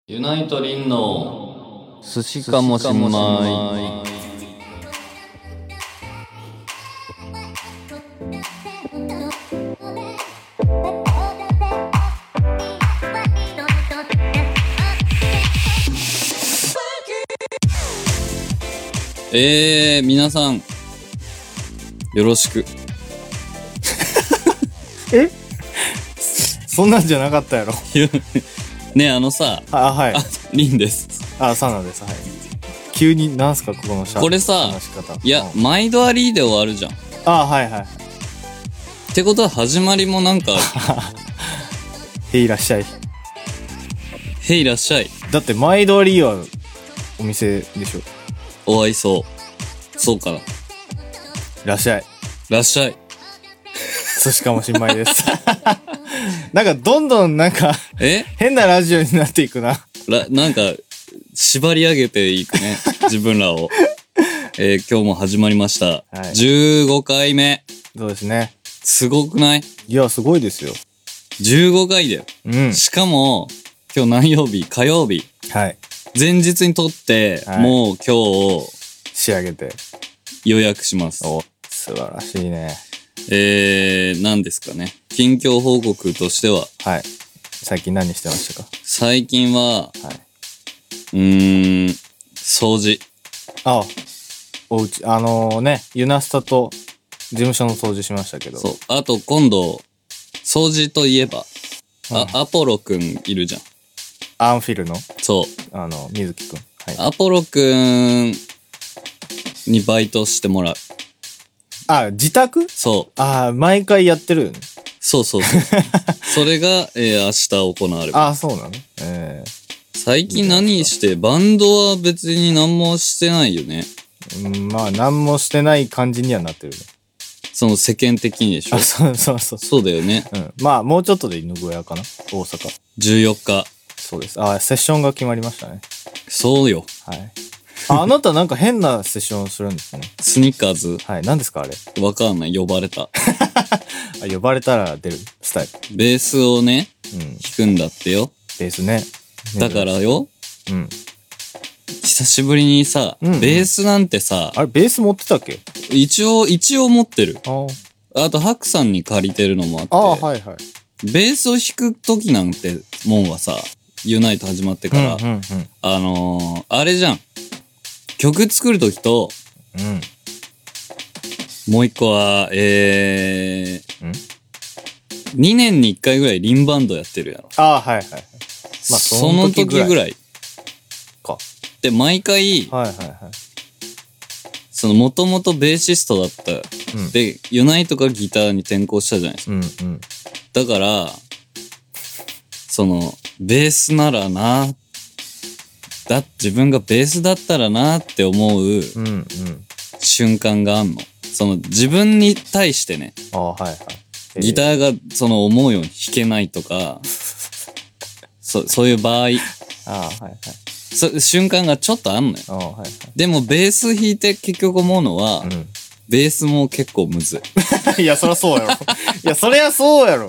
ユナイトリンの寿司かもしんない。皆さんよろしく。 えそんなんじゃなかったやろ。 ねえさはい。 リンです。 サナです。はい。急になんすかここのこれさ、 話し方。 いや、毎度ありで終わるじゃん。 はいはい。 ってことは始まりもなんかへいらっしゃい。 へいらっしゃい。 だって毎度ありはお店でしょ。 お会いそう。そうかな。 らっしゃい。 らっしゃい。 寿司かもしんないです。なんかどんどんなんか変なラジオになっていくな。 なんか縛り上げていくね。自分らを。今日も始まりました。はい、15回目。 そうですね。 すごくない？ いや、すごいですよ。 15回だよ。うん。しかも、今日何曜日？火曜日。はい。前日に撮って、はい、もう今日、 仕上げて。 予約します。 お、素晴らしいね。 何ですかね。近況報告としては。 はい。最近何してましたか？ 最近は、はい。掃除。 おうち、ユナスタと事務所の掃除しましたけど。 そう。あと今度、掃除といえば、アポロくんいるじゃん。 アンフィルの？ そう。 水木くん。 はい。アポロくんにバイトしてもらう。 自宅？ そう。 毎回やってるよね。 そうそうそう。それが、明日行われる。 そうなの？ 最近何して、バンドは別に何もしてないよね。 まあ、何もしてない感じにはなってるね。 その世間的にでしょ？ そう。 そうだよね。 うん。まあ、もうちょっとで犬小屋かな？大阪。 14日。 そうです。セッションが決まりましたね。 そうよ。 はい。あなたなんか変なセッションするんですね。 スニッカーズ？ はい。何ですかあれ？ わかんない。呼ばれた。 呼ばれたら出るスタイル。 ベースをね、弾くんだってよ。 ベースね。 だからよ。久しぶりにさ、ベースなんてさ。 あれ、ベース持ってたっけ？ 一応持ってる。あと、ハクさんに借りてるのもあって。 はいはい。 ベースを弾く時なんてもんはさ、ユナイト始まってから、あれじゃん。曲作るときと、もう一個は、2年に1回ぐらいリンバンドやってるやろ。 はいはい。 まあ、その時ぐらい。 か。 で、毎回、その、もともとベーシストだった。で、ユナイトがギターに転向したじゃないですか。だから、その、ベースならな、自分がベースだったらなって思う瞬間があんの。その自分に対してね。ギターがその思うように弾けないとか、そういう場合。瞬間がちょっとあんのよ。でもベース弾いて結局思うのは、ベースも結構むずい。いや、そりゃそうやろ。いや、そりゃそうやろ。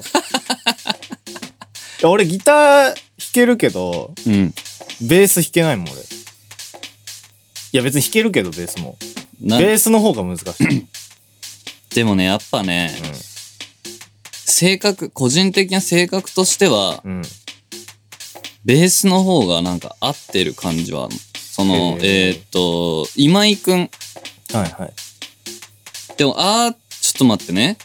俺ギター弾けるけど、ベース弾けないもん俺。いや別に弾けるけどベースも。ベースの方が難しい。 でもね、やっぱね、個人的な性格としては、ベースの方がなんか合ってる感じはあるの。その、今井くん。でも、ちょっと待ってね。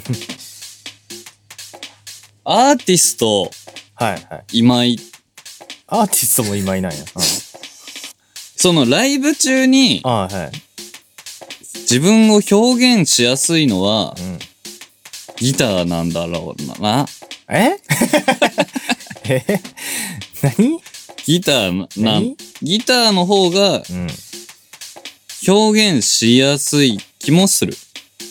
アーティスト、今井。 アーティストも今いないや。 そのライブ中に、自分を表現しやすいのは、ギターなんだろうな。 何？ ギターの方が、表現しやすい気もする。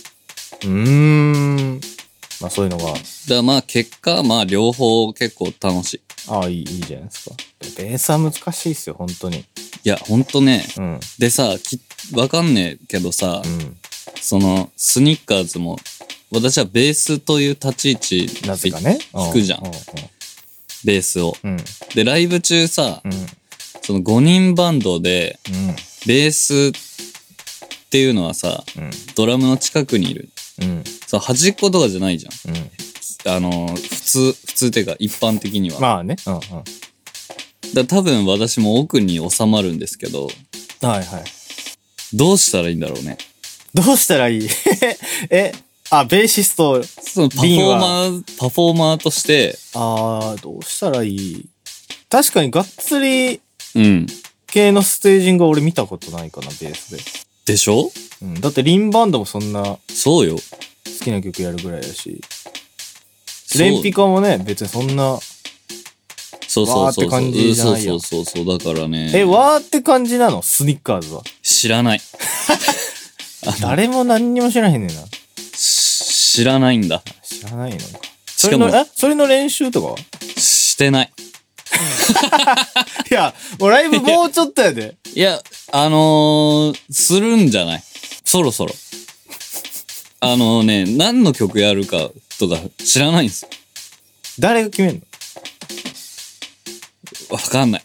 まあそういうのが。 まあ結果、まあ両方結構楽しい。 いいじゃないですか。ベースは難しいっすよ、本当に。 いや、ほんとね。でさ、わかんねえけどさ、その、スニッカーズも、私はベースという立ち位置で弾くじゃん。 ベースを。 うん。 で、ライブ中さ、 うん。 その5人バンドで、ベースっていうのはさ、 うん。 ドラムの近くにいる。 うん。 さ、端っことかじゃないじゃん。 うん。 普通っていうか一般的には。 まあね。うんうん。 多分私も奥に収まるんですけど、 はいはい。 どうしたらいいんだろうね。 どうしたらいいベーシスト、 そのパフォーマーとして、 どうしたらいい確かにがっつり、 うん。 系のステージングは俺見たことないかな、ベースで。 でしょ？ うん。だってリンバンドもそんな、 そうよ。 好きな曲やるぐらいだし。レンピカもね、別にそんな、 そう。 わーって感じじゃないやん。 そう。だからね。 わーって感じなのスニッカーズは。 知らない。 誰も何にも知らへんねんな。 知らないんだ。 知らないのか。 しかも、 それの練習とかはしてない。 いや、もうライブもうちょっとやで。 いや、するんじゃないそろそろ。何の曲やるかとか知らないんですよ。 誰が決めんの？ わかんない。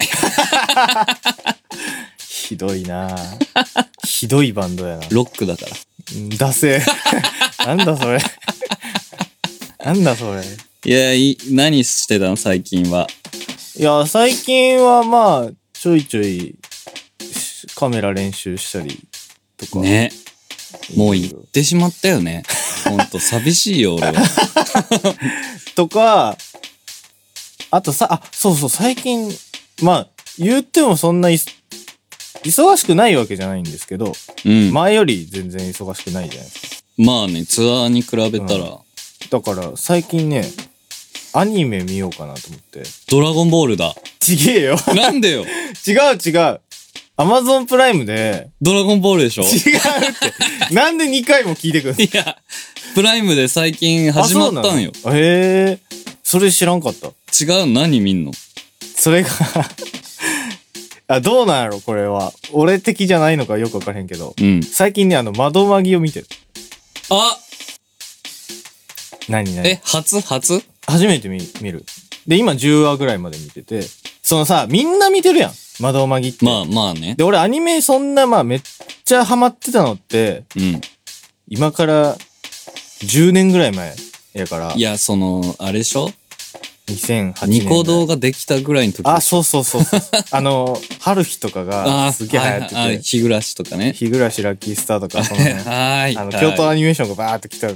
ひどいなひどいバンドやな。 ロックだから。 ダセー。なんだそれ。なんだそれ。 いや、何してたの最近は。 いや、最近はまあ、ちょいちょい、カメラ練習したりとか。 ね。もう行ってしまったよね。ほんと寂しいよ、俺は。 とか、あとそう、最近、まあ、言ってもそんな忙しくないわけじゃないんですけど、 うん。 前より全然忙しくないじゃないですか。 まあね、ツアーに比べたら、 だから最近ね、アニメ見ようかなと思って。 ドラゴンボールだ。 ちげえよ。 なんでよ。 違う。アマゾンプライムで、 ドラゴンボールでしょ？ 違うって。なんで2回も聞いてくるの？ いや、プライムで最近始まったんよ。 へえ。それ知らんかった。 違う、何見んの？ それがどうなんやろこれは。俺的じゃないのかよくわからへんけど。 うん。 最近ね、窓マギを見てる。 あ！ 何初初めて見る。で、今10話ぐらいまで見てて、そのさ、みんな見てるやん。窓マギって。 まあね。 で、俺アニメそんなめっちゃハマってたのって、 うん。 今から10年ぐらい前やから。 いや、あれでしょ 2008年。 ニコ動ができたぐらいの時。 そう。春日とかがすげえ流行ってて。 日暮らしとかね。 日暮らしラッキースターとか、京都アニメーションがバーって来た。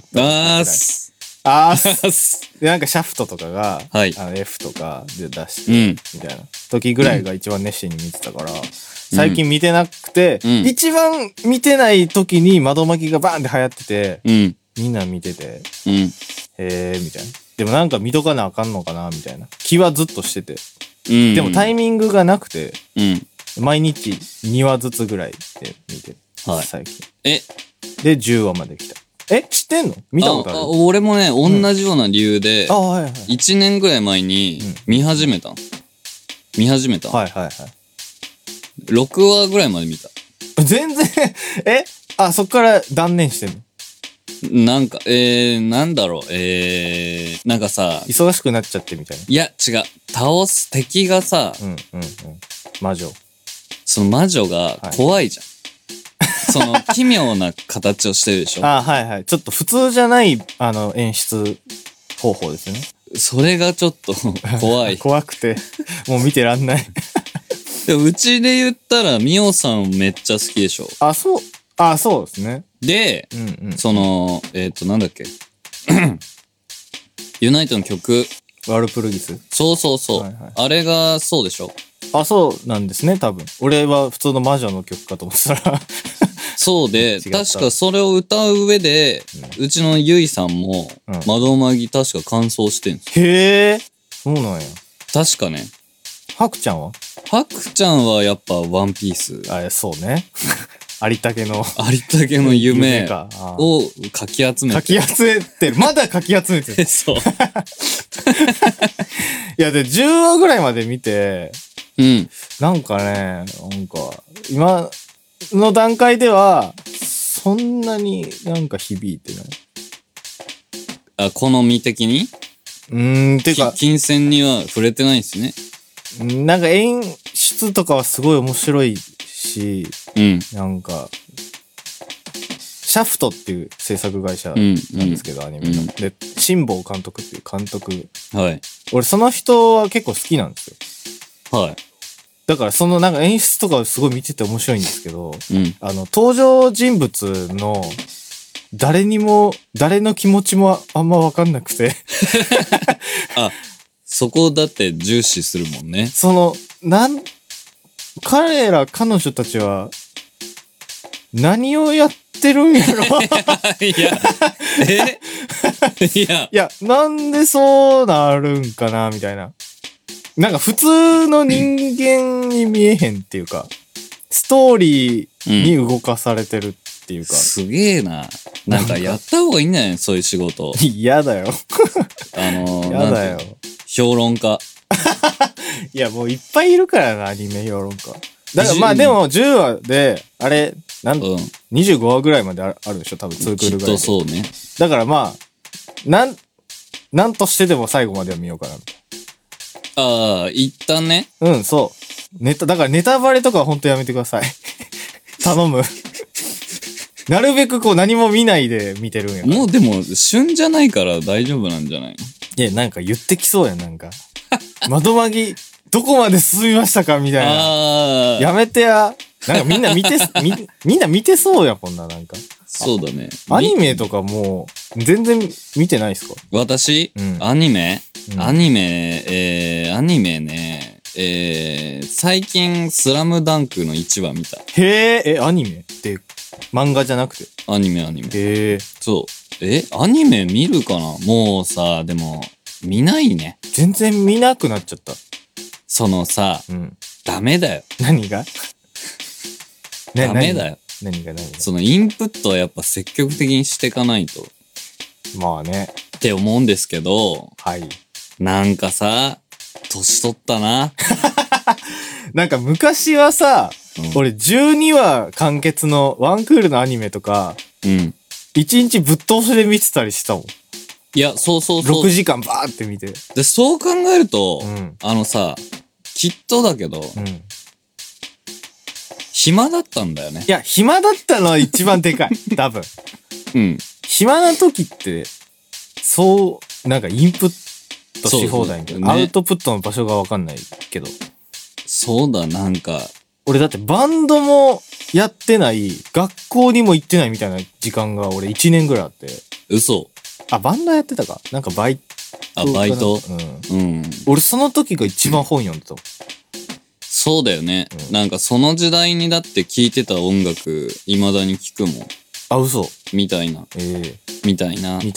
で、なんかシャフトとかが、F とかで出して、みたいな時ぐらいが一番熱心に見てたから、最近見てなくて、一番見てない時に窓巻きがバーンって流行ってて、みんな見てて、へーみたいな。でもなんか見とかなあかんのかなみたいな気はずっとしてて。でもタイミングがなくて、毎日2話ずつぐらいで見てる。最近。で、10話まで来た。知ってんの？見たことある？ 俺もね、同じような理由で、1年ぐらい前に見始めた。はい。6話ぐらいまで見た。 全然そっから断念してんの？ なんか、なんだろう、なんかさ、 忙しくなっちゃってみたいな。 いや、違う。倒す敵がさ、 魔女。 その魔女が怖いじゃん。奇妙な形をしてるでしょ。 ちょっと普通じゃない、演出方法ですよね。 それがちょっと怖い。 怖くて、もう見てらんない。 でもうちで言ったら、ミオさんめっちゃ好きでしょ。 そうですね。 で、なんだっけ。ユナイトの曲。 ワルプルギス。 そう。あれがそうでしょ。 そうなんですね、多分。俺は普通の魔女の曲かと思ってたら。 そうで、確かそれを歌う上で、うちのゆいさんも、窓マギ確か感想してんすよ。へー。そうなんや。 確かね。 ハクちゃんはやっぱワンピース。 そうね。有田家の夢をかき集めてる。まだかき集めてる。 そう。いや、で、10話ぐらいまで見て、なんかね、今の段階では、そんなになんか響いてない。 好み的に？ てか。 金銭には触れてないんですね。 なんか演出とかはすごい面白いし、なんか、シャフトっていう制作会社なんですけど、アニメの。で、辛坊監督っていう監督。 はい。 俺その人は結構好きなんですよ。はい。 だからそのなんか演出とかすごい見てて面白いんですけど、登場人物の誰の気持ちもあんま分かんなくて。 あ、そこだって重視するもんね。 彼女たちは、何をやってるんやろいや、なんでそうなるんかなみたいな。なんか普通の人間に見えへんっていうか、ストーリーに動かされてるっていうか。 すげえな。なんかやった方がいいんじゃないそういう仕事。 嫌だよ。嫌だよ。 評論家。 いや、もういっぱいいるからな、アニメ評論家。だからまあでも10話で、あれ、25話ぐらいまであるでしょ多分2クールぐらい。 きっとそうね。 だからまあ、なんとしてでも最後までは見ようかな。 ああ、一旦ね。 そう。だからネタバレとかはほんとやめてください。頼む。なるべくこう何も見ないで見てるんや。 もうでも、旬じゃないから大丈夫なんじゃないの？ いや、なんか言ってきそうやん、なんか。窓まぎ、どこまで進みましたかみたいな。やめてや。なんかみんな見てそうや、こんななんか。 そうだね。 アニメとかもう、全然見てないっすか？ 私、アニメね。最近、スラムダンクの1話見た。 へえ、アニメって漫画じゃなくて？ アニメ。 へえ。 そう。アニメ見るかな？もうさ、でも、見ないね。 全然見なくなっちゃった。 そのさ、ダメだよ。 何が？ ダメだよ。 何がそのインプットはやっぱ積極的にしていかないと。 まあね。 って思うんですけど、 はい。 なんかさ、年取ったな。 なんか昔はさ、俺12話完結のワンクールのアニメとか、1日ぶっ通しで見てたりしたもん。 いや、そう。 6時間バーって見て。 で、そう考えると、きっとだけど、暇だったんだよね。 いや、暇だったのは一番でかい。多分。暇な時って、なんかインプットし放題けど、アウトプットの場所がわかんないけど。 そうだ、なんか。 俺だってバンドもやってない、学校にも行ってないみたいな時間が俺1年ぐらいあって。 嘘。 バンドやってたか？なんかバイト。 バイト？ 俺その時が一番本読んでた。 そうだよね。なんかその時代にだって聴いてた音楽、未だに聴くもん。 嘘。 みたいな。みたいな。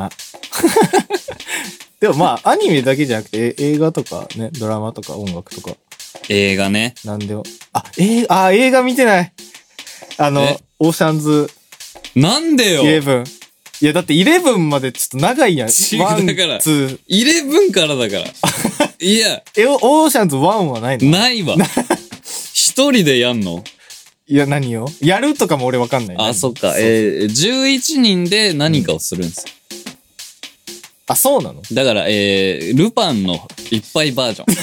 でもまあ、アニメだけじゃなくて、映画とかね、ドラマとか音楽とか。 映画ね。 なんでも。映画見てない。オーシャンズ。 なんでよ。 11。いや、だって11までちょっと長いやん。 だから。11からだから。いや。 オーシャンズ1はないの？ ないわ。一人でやんの？ いや、何をやるとかも俺わかんない。 そっか。11人で何かをするんですよ。 そうなの？ だから、ルパンのいっぱいバージョン。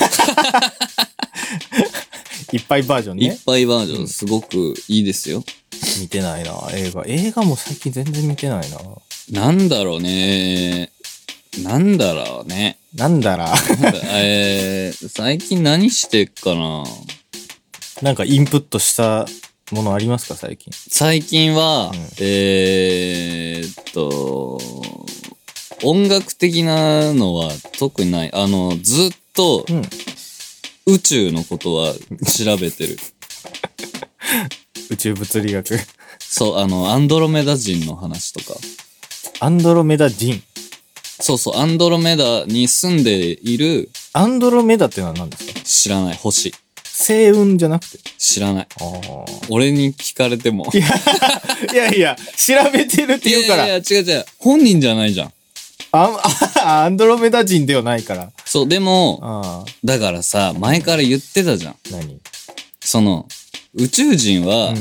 いっぱいバージョンね。 いっぱいバージョン、すごくいいですよ。 見てないな、映画。映画も最近全然見てないな。 なんだろうね。最近何してっかな。 なんかインプットしたものありますか、最近？ 最近は、音楽的なのは特にない。ずっと、宇宙のことは調べてる。 宇宙物理学。 そう、アンドロメダ人の話とか。 アンドロメダ人？ そう、アンドロメダに住んでいる。 アンドロメダってのは何ですか？ 知らない。星。 星雲じゃなくて？ 知らない。俺に聞かれても。 いや、調べてるって言うから。 いや、違う。本人じゃないじゃん。 アンドロメダ人ではないから。 そう、でも、だからさ、前から言ってたじゃん。 何？ 宇宙人は、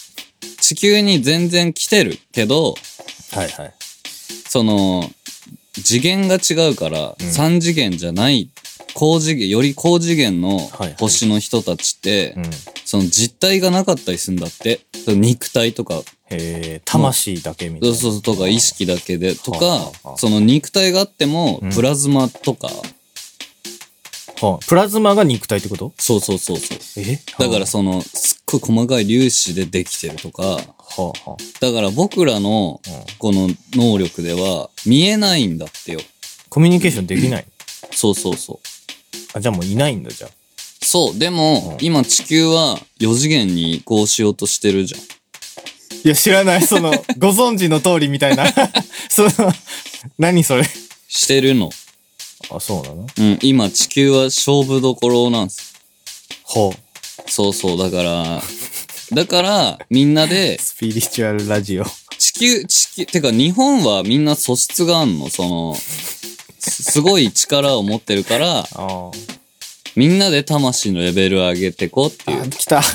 地球に全然来てるけど、 次元が違うから、3次元じゃない、より高次元の星の人たちって、その実体がなかったりするんだって。肉体とか。 魂だけみたいな。 そうとか意識だけで、とか、その肉体があっても、プラズマとか。 プラズマが肉体ってこと？ そう。だからすっごい細かい粒子でできてるとか。だから僕らの、この能力では見えないんだってよ。 コミュニケーションできない？ そう。 じゃあもういないんだ、じゃあ。 そう、でも、今地球は4次元に移行しようとしてるじゃん。 いや、知らない。ご存知の通りみたいな。何それ。 してるの。 あ、そうなの？ 今地球は勝負どころなんす。そう、だから、みんなで、 スピリチュアルラジオ。 てか日本はみんな素質があんの、すごい力を持ってるから、みんなで魂のレベル上げてこうっていう。 来た。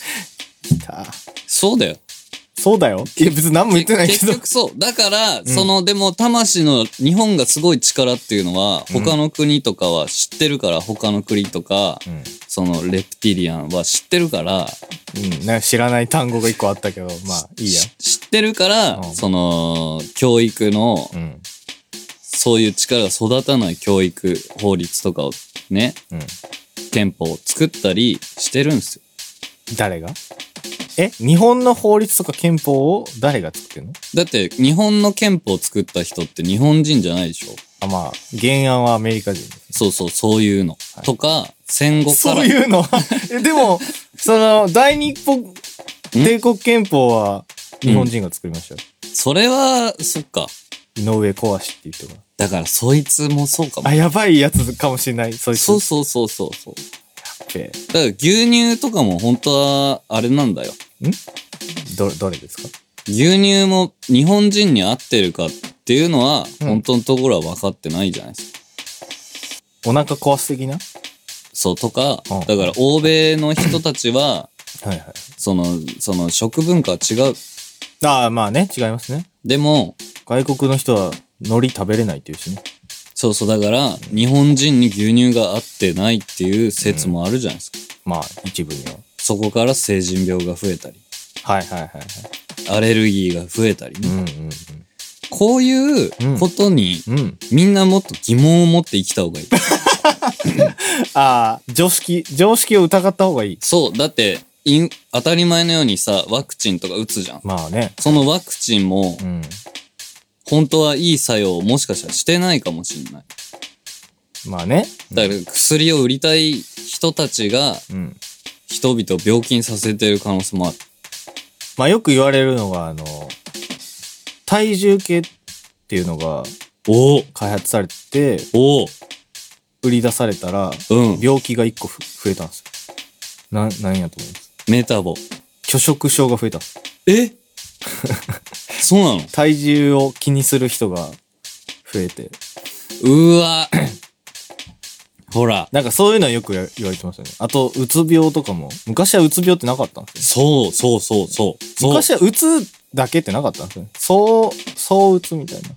そうだよ。 そうだよ。いや、別に何も言ってないけど。 結局そう。だから、でも魂の日本がすごい力っていうのは、他の国とかは知ってるから、他の国とか、レプティリアンは知ってるから、 知らない単語が一個あったけど、まあ、いいや。 知ってるから、教育の、そういう力が育たない教育、法律とかをね、憲法を作ったりしてるんですよ。 誰が？日本の法律とか憲法を誰が作ってんの？ だって、日本の憲法を作った人って日本人じゃないでしょ？ まあ、原案はアメリカ人。 そういうの。とか、戦後から。 そういうのでも、大日本帝国憲法は日本人が作りましたよ。 それは、そっか。 井上小橋っていう人が。 だから、そいつもそうかも。 やばいやつかもしれない。そいつ。 そう。だから牛乳とかも本当はあれなんだよ。 どれですか？ 牛乳も日本人に合ってるかっていうのは、本当のところは分かってないじゃないですか。 お腹壊す的な？ そうとか、だから欧米の人たちは、その食文化は違う。 まあね、違いますね。 でも、 外国の人は海苔食べれないっていうしね。 そう、だから、日本人に牛乳が合ってないっていう説もあるじゃないですか。 まあ、一部には。 そこから成人病が増えたり。アレルギーが増えたりね。こういうことに、みんなもっと疑問を持って生きた方がいい。 常識を疑った方がいい。 そう、だって、当たり前のようにさ、ワクチンとか打つじゃん。 まあね。 そのワクチンも、本当はいい作用をもしかしたらしてないかもしれない。 まあね。 だから薬を売りたい人たちが、人々を病気にさせてる可能性もある。 まあよく言われるのが、体重計っていうのが、開発されて、売り出されたら、病気が1個増えたんですよ。何やと思います？ メタボ。 拒食症が増えたんです。 そうなの？ 体重を気にする人が増えて。 ほら。 なんかそういうのはよく言われてますよね。あと、うつ病とかも。昔はうつ病ってなかったんですよ。そう。 昔はうつだけってなかったんですよね。そううつみたいな。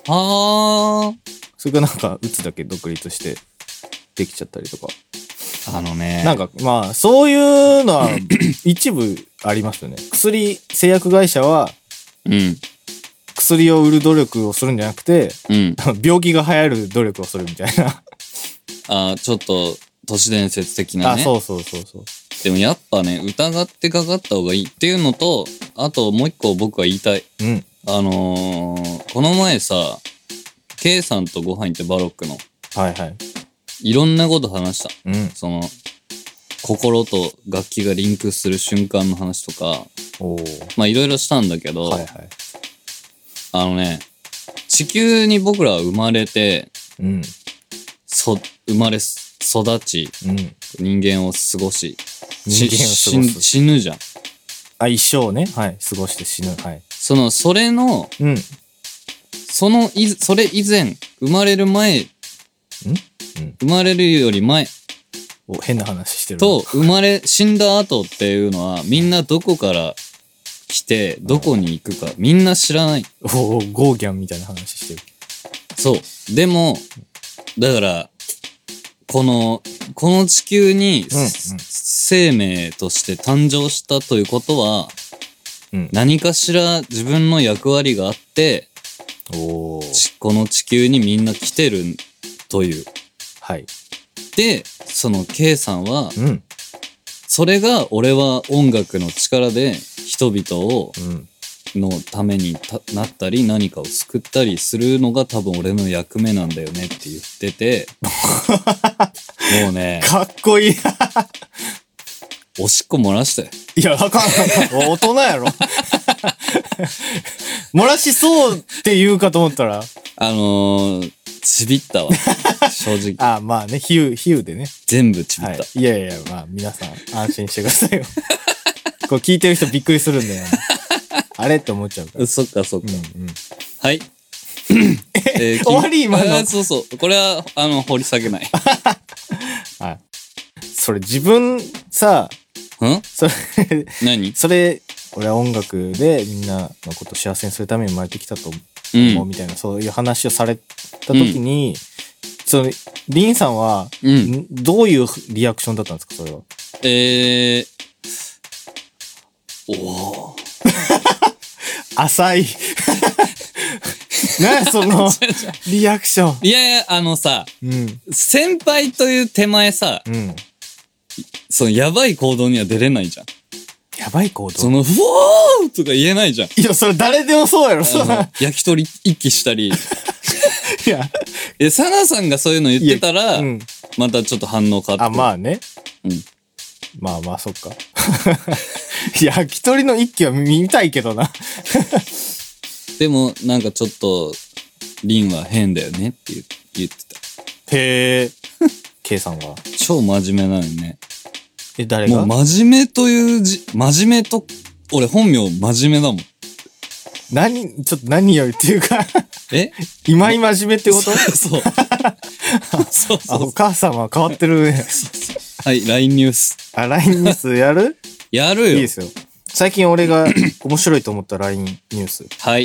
それがなんか、うつだけ独立してできちゃったりとか。なんか、まあ、そういうのは一部ありますよね。製薬会社は、薬を売る努力をするんじゃなくて、病気が流行る努力をするみたいな。 ちょっと、都市伝説的なね。 そう。 でもやっぱね、疑ってかかった方がいいっていうのと、あともう一個僕は言いたい。この前さ、K さんとご飯行ってバロックの。いろんなこと話した。心と楽器がリンクする瞬間の話とか、まあいろいろしたんだけど、地球に僕らは生まれて、生まれ育ち、人間を過ごし、死ぬじゃん。 一生ね、過ごして死ぬ。 それの、それ以前、生まれる前、生まれるより前、 変な話してる。 と、死んだ後っていうのは、みんなどこから来て、どこに行くか、みんな知らない。 ゴーギャンみたいな話してる。 そう。でも、だから、この地球に、生命として誕生したということは、何かしら自分の役割があって、この地球にみんな来てるという。 はい。で、 その K さんは、それが俺は音楽の力で人々を、のためになったり何かを救ったりするのが多分俺の役目なんだよねって言っててもうねかっこいいおしっこ漏らしたよ。 いやあかん大人やろ漏らしそうって言うかと思ったらちびったわ正直まあね比喩でね全部ちびった、 いやまあ皆さん安心してくださいよこう聞いてる人びっくりするんだよあれって思っちゃうから。 そっか。はい。 終わり今の。 そう。これは、掘り下げない。 はい。それ自分さ、それ、 何それ、俺は音楽でみんなのことを幸せにするために生まれてきたと思うみたいな、そういう話をされた時に、リンさんは、どういうリアクションだったんですか、それは。浅い。何その、リアクション。 いや、先輩という手前さ、そのやばい行動には出れないじゃん。 やばい行動ふおーとか言えないじゃん。 いや、それ誰でもそうやろ、 焼き鳥一気したり。 いや、 サナさんがそういうの言ってたら、またちょっと反応変わって。 まあね。まあ、そっか。焼き鳥の一気は見たいけどな。 でも、なんかちょっと、リンは変だよねって言ってた。へー。K さんは超真面目なのにね。 誰がもう真面目という真面目と、俺本名真面目だもん。 ちょっと何よりっていうか今井真面目ってことそう。 お母さんは変わってるね。 はい、LINE ニュース。 LINE ニュースやるやるよ。 いいですよ。最近俺が面白いと思った LINE ニュース。 はい。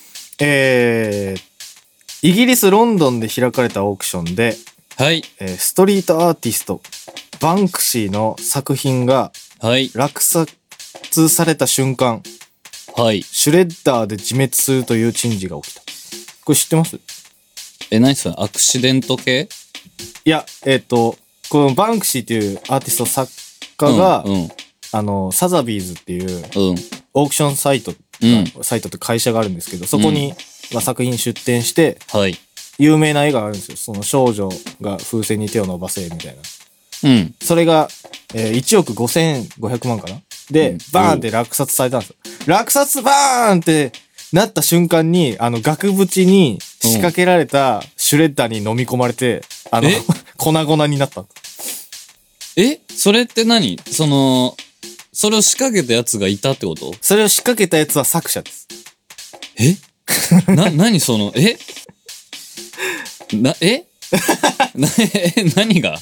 イギリス・ロンドンで開かれたオークションで、 はい。 ストリートアーティスト、バンクシーの作品が、落札された瞬間、 はい。 シュレッダーで自滅するという珍事が起きた。これ知ってます？ 何それアクシデント系？ いや、このバンクシーっていうアーティスト作家が、サザビーズっていう、オークションサイトって会社があるんですけど、そこに、作品出展して、有名な絵があるんですよ。その少女が風船に手を伸ばせ、みたいな。それが、1億5500万かなで、バーンって落札されたんですよ。落札バーンってなった瞬間に、額縁に仕掛けられたシュレッダーに飲み込まれて、粉々になった。 それって何？それを仕掛けたやつがいたってこと？ それを仕掛けたやつは作者です。 何その、何が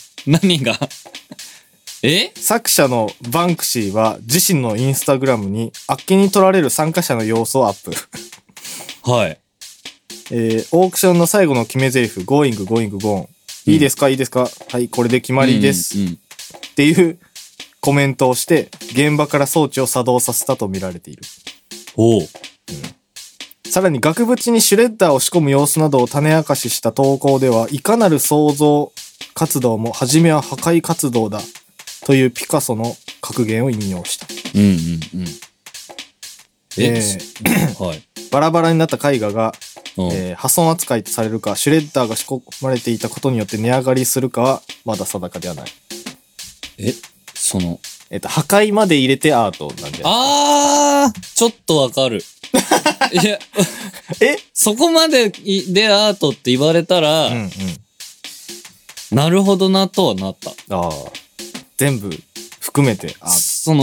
作者のバンクシーは自身のインスタグラムにあっけに取られる参加者の様子をアップ。 はい。 オークションの最後の決め台詞、going, going, gone。いいですか、いいですかはい、これで決まりです。っていうコメントをして、現場から装置を作動させたと見られている。さらに額縁にシュレッダーを仕込む様子などを種明かしした投稿では、いかなる創造活動も初めは破壊活動だというピカソの格言を引用した。バラバラになった絵画が、破損扱いとされるか、シュレッダーが仕込まれていたことによって値上がりするかはまだ定かではない。破壊まで入れてアートなんじゃない？ ちょっとわかる。いや、そこまででアートって言われたら、なるほどなとはなった。 全部含めてそ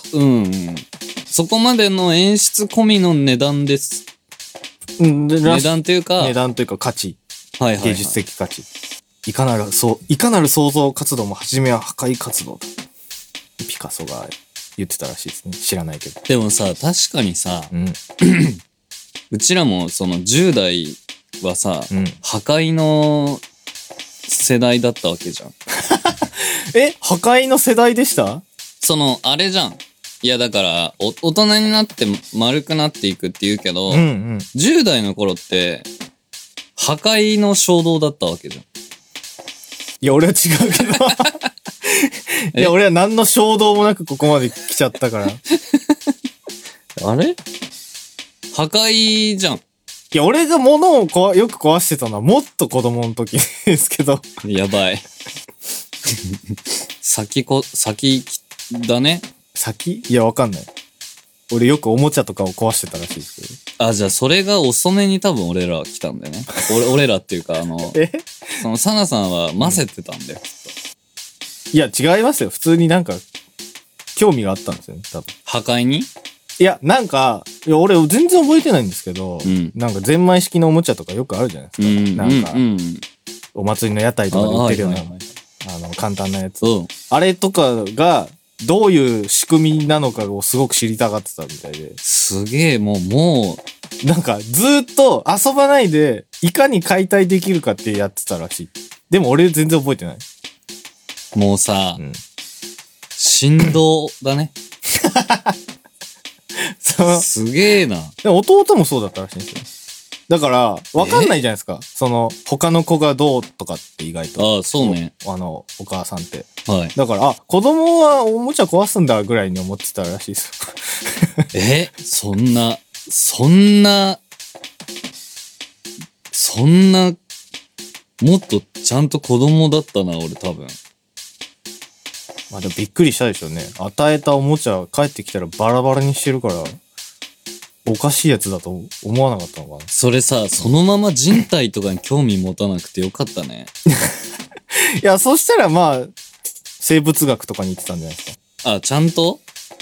こまでの演出込みの値段です。値段というか価値。芸術的価値。いかなる創造活動も初めは破壊活動だ。ピカソが言ってたらしいですね。知らないけど。 でもさ、確かにさ、うちらもその10代はさ、破壊の世代だったわけじゃん。 破壊の世代でした？ あれじゃん。いやだから、大人になって丸くなっていくって言うけど、10代の頃って、破壊の衝動だったわけじゃん。 いや、俺は違うけど。いや、俺は何の衝動もなくここまで来ちゃったから。 あれ破壊じゃん。 いや、俺が物をよく壊してたのはもっと子供の時ですけど。 やばい。先だね。 先？いや、わかんない。俺よくおもちゃとかを壊してたらしいですけど。じゃあそれが遅めに多分俺ら来たんだよね。俺らっていうかサナさんは混ぜてたんだよ、きっと。いや、違いますよ。普通になんか、興味があったんですよね、多分。 破壊に？ いや、なんか、俺全然覚えてないんですけど、なんかゼンマイ式のおもちゃとかよくあるじゃないですか。なんか、お祭りの屋台とかで売ってるような、簡単なやつ。あれとかが、どういう仕組みなのかをすごく知りたがってたみたいで。 すげえ、もう。なんか、ずーっと遊ばないで、いかに解体できるかってやってたらしい。でも俺全然覚えてない。 もうさ、振動だね。すげえな。 でも弟もそうだったらしいんですよ。だから、わかんないじゃないですか。他の子がどうとかって意外と。 そうね。 お母さんって。 はい。 だから、子供はおもちゃ壊すんだぐらいに思ってたらしいですよ。そんな、もっとちゃんと子供だったな、俺多分。 まあでもびっくりしたでしょうね。与えたおもちゃ帰ってきたらバラバラにしてるから、おかしいやつだと思わなかったのかな。 それさ、そのまま人体とかに興味持たなくてよかったね。 いや、そしたらまあ、生物学とかに行ってたんじゃないですか。ちゃんと？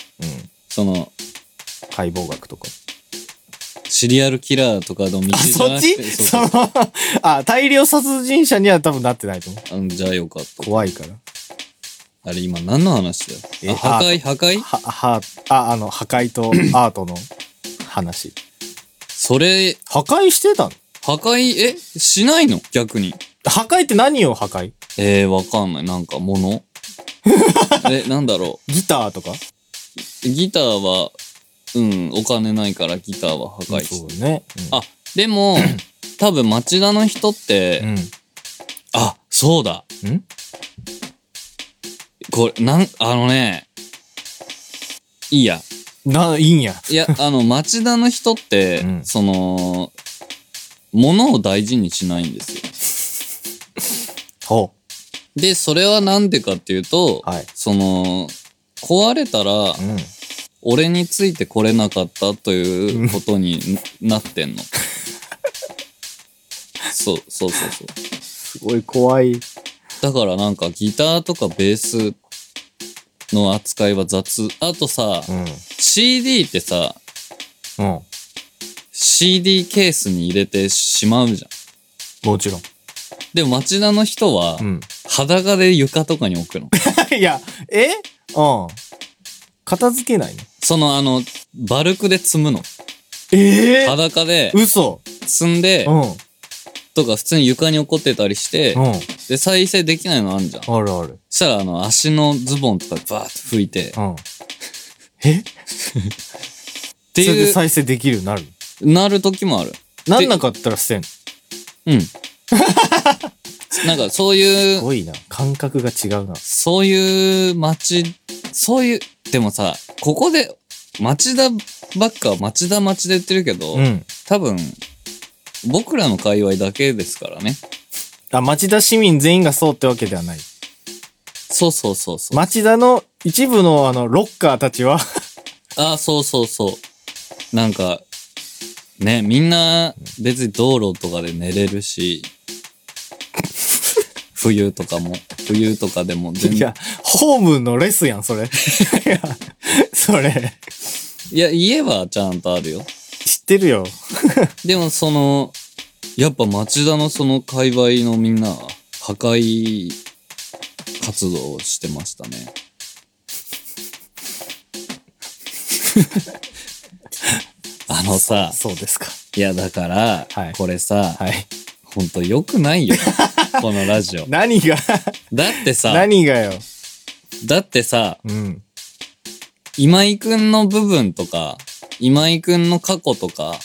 解剖学とか。 シリアルキラーとかの道じゃなくて。 そっち？大量殺人者には多分なってないと思う。 じゃあよかった。 怖いから。 あれ今何の話だよ。破壊破壊とアートの話。 それ、 破壊してたの？ 破壊、しないの？逆に。 破壊って何を破壊？ わかんない。なんか物なんだろう。ギターとか？ ギターは、お金ないからギターは破壊して。 そうね。 でも、多分町田の人って、そうだ。これ、いいや。 いいんや。 いや、町田の人って、物を大事にしないんですよ。ほう。で、それはなんでかっていうと、壊れたら、俺についてこれなかったということになってんの。そう。 すごい怖い。 だからなんかギターとかベースの扱いは雑。あとさ、CD ってさ、CD ケースに入れてしまうじゃん。もちろん。 でも町田の人は、裸で床とかに置くの。 いや、片付けないの？バルクで積むの。裸で、 嘘。 積んで、とか普通に床に起こってたりして、で、再生できないのあんじゃん。 あるある。 そしたら足のズボンとかバーッと拭いて。 っていう。それで再生できるようになる？ なる時もある。 なんなかったら捨てんの？なんかそういう。 すごいな。感覚が違うな。 そういうでもさ、ここで、町田ばっか町田で言ってるけど、多分、僕らの界隈だけですからね。 町田市民全員がそうってわけではない。 そう。 町田の一部のロッカーたちはそう。なんか、ね、みんな別に道路とかで寝れるし、冬とかでも全然。 いや、ホームのレスやん、それ。いや、それ。 いや、家はちゃんとあるよ。 知ってるよ。 でもやっぱ町田の界隈のみんな、破壊活動をしてましたね。 さ、 そうですか。 いやだから、 はい、 これさ、 はい、 ほんと良くないよ。このラジオ。 何がだってさ、 何がよ。 だってさ、 うん。 今井くんの部分とか、今井くんの過去とか、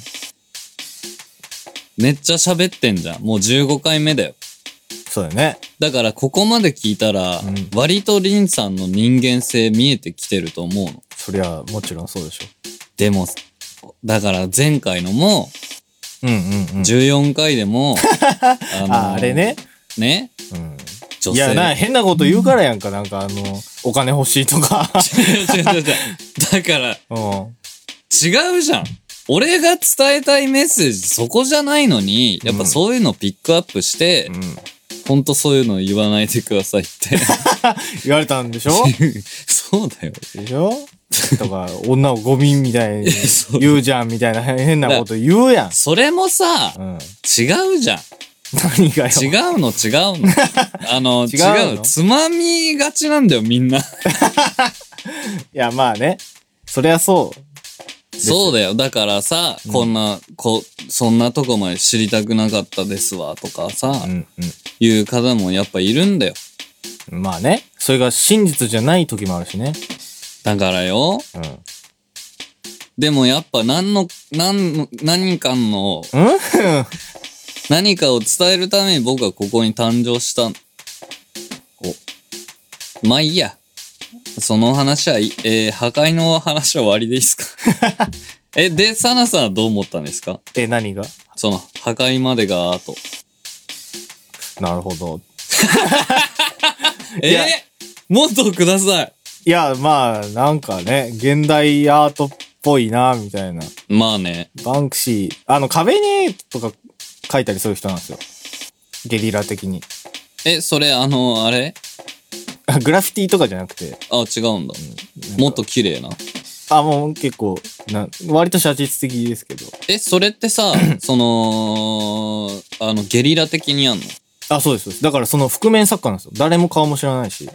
めっちゃ喋ってんじゃん。もう15回目だよ。 そうだよね。 だからここまで聞いたら、割とリンさんの人間性見えてきてると思うの。 そりゃもちろんそうでしょ。 でも、だから前回のも、14回でも、 あれね。 ね、 いや、変なこと言うからやんか、なんかお金欲しいとか。 違う。だから、違うじゃん。俺が伝えたいメッセージそこじゃないのに、やっぱそういうのピックアップして、ほんとそういうの言わないでくださいって。 言われたんでしょそうだよ。 でしょとか、女をゴミみたいに言うじゃんみたいな変なこと言うやん。 それもさ、違うじゃん。 何がよ。 違うの。違う。つまみがちなんだよ、みんな。いや、まあね。そりゃそう。 そうだよ。だからさ、そんなとこまで知りたくなかったですわ、とかさ、いう方もやっぱいるんだよ。 まあね。それが真実じゃない時もあるしね。 だからよ。でもやっぱ何かを伝えるために僕はここに誕生した。まあいいや。その話は、破壊の話は終わりでいいですか？で、サナさんはどう思ったんですか？ 何が？ その、破壊までが後。 なるほど。 もっとください。 いや、まあ、なんかね、現代アートっぽいな、みたいな。 まあね。 バンクシー、壁にとか書いたりする人なんですよ。ゲリラ的に。 それ、あれ？ グラフィティとかじゃなくて。 違うんだ。もっと綺麗な。 もう結構、割と写実的ですけど。 それってさ、ゲリラ的にやんの？ そうです。だからその覆面作家なんですよ。誰も顔も知らないし。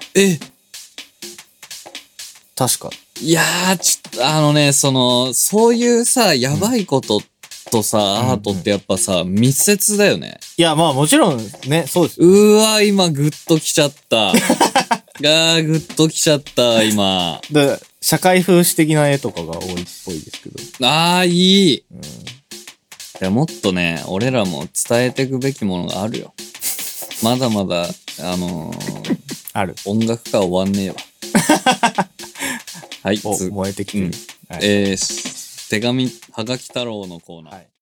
確か。 いやー、ちょっとそういうさ、やばいこととさ、アートってやっぱさ、密接だよね。 いや、まあもちろんね、そうです。 今グッときちゃった。グッときちゃった、今。 社会風刺的な絵とかが多いっぽいですけど。 いい。いや、もっとね、俺らも伝えていくべきものがあるよ。まだまだ、 ある。 音楽家終わんねえわ。はい、 燃えてきてる。 手紙、はがき太郎のコーナー。